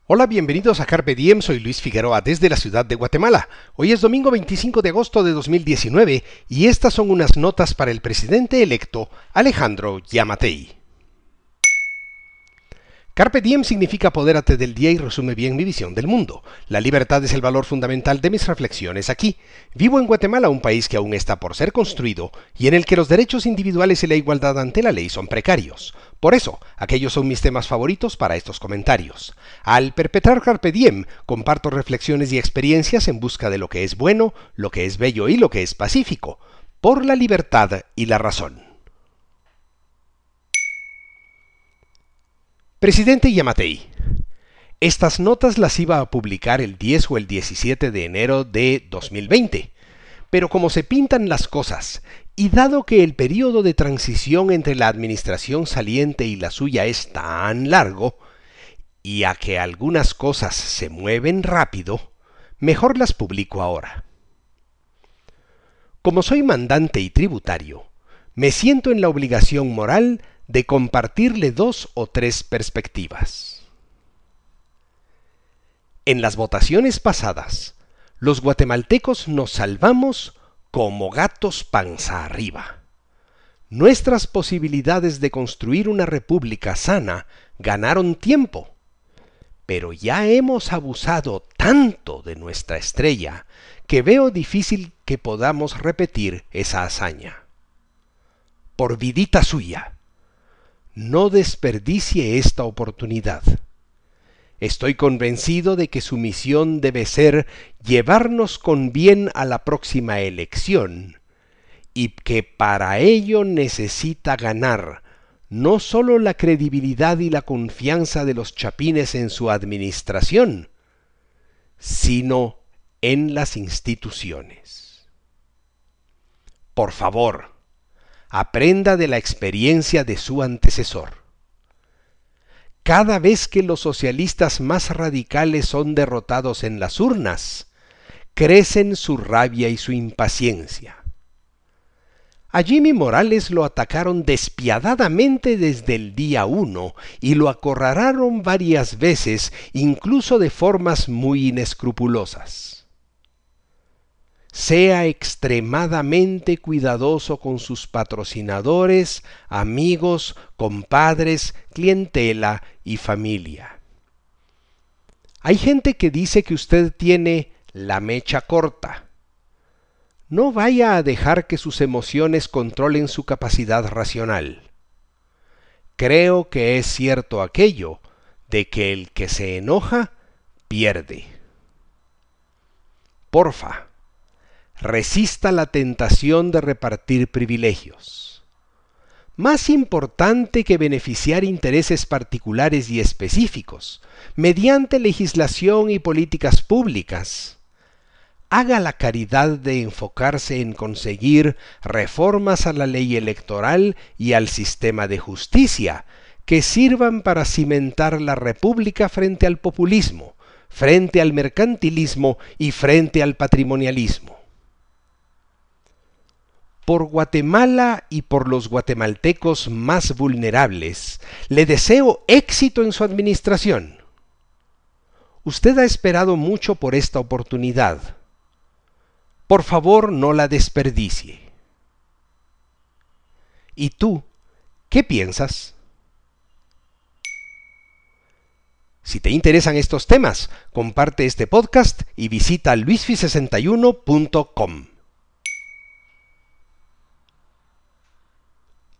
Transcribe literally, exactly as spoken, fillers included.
Hola, bienvenidos a Carpe Diem, soy Luis Figueroa desde la ciudad de Guatemala. Hoy es domingo veinticinco de agosto de dos mil diecinueve y estas son unas notas para el presidente electo Alejandro Giammattei. Carpe Diem significa apodérate del día y resume bien mi visión del mundo. La libertad es el valor fundamental de mis reflexiones aquí. Vivo en Guatemala, un país que aún está por ser construido y en el que los derechos individuales y la igualdad ante la ley son precarios. Por eso, aquellos son mis temas favoritos para estos comentarios. Al perpetrar Carpe Diem, comparto reflexiones y experiencias en busca de lo que es bueno, lo que es bello y lo que es pacífico, por la libertad y la razón. Presidente Giammattei, estas notas las iba a publicar el diez o el diecisiete de enero de dos mil veinte, pero como se pintan las cosas, y dado que el periodo de transición entre la administración saliente y la suya es tan largo, y a que algunas cosas se mueven rápido, mejor las publico ahora. Como soy mandante y tributario, me siento en la obligación moral de compartirle dos o tres perspectivas. En las votaciones pasadas, los guatemaltecos nos salvamos como gatos panza arriba. Nuestras posibilidades de construir una república sana ganaron tiempo, pero ya hemos abusado tanto de nuestra estrella que veo difícil que podamos repetir esa hazaña. Por vidita suya, no desperdicie esta oportunidad. Estoy convencido de que su misión debe ser llevarnos con bien a la próxima elección y que para ello necesita ganar no solo la credibilidad y la confianza de los chapines en su administración, sino en las instituciones. Por favor, aprenda de la experiencia de su antecesor. Cada vez que los socialistas más radicales son derrotados en las urnas, crecen su rabia y su impaciencia. A Jimmy Morales lo atacaron despiadadamente desde el día uno y lo acorralaron varias veces, incluso de formas muy inescrupulosas. Sea extremadamente cuidadoso con sus patrocinadores, amigos, compadres, clientela y familia. Hay gente que dice que usted tiene la mecha corta. No vaya a dejar que sus emociones controlen su capacidad racional. Creo que es cierto aquello de que el que se enoja pierde. Porfa, resista la tentación de repartir privilegios. Más importante que beneficiar intereses particulares y específicos, mediante legislación y políticas públicas, haga la caridad de enfocarse en conseguir reformas a la ley electoral y al sistema de justicia que sirvan para cimentar la república frente al populismo, frente al mercantilismo y frente al patrimonialismo. Por Guatemala y por los guatemaltecos más vulnerables, le deseo éxito en su administración. Usted ha esperado mucho por esta oportunidad. Por favor, no la desperdicie. ¿Y tú, qué piensas? Si te interesan estos temas, comparte este podcast y visita luisfi sesenta y uno punto com.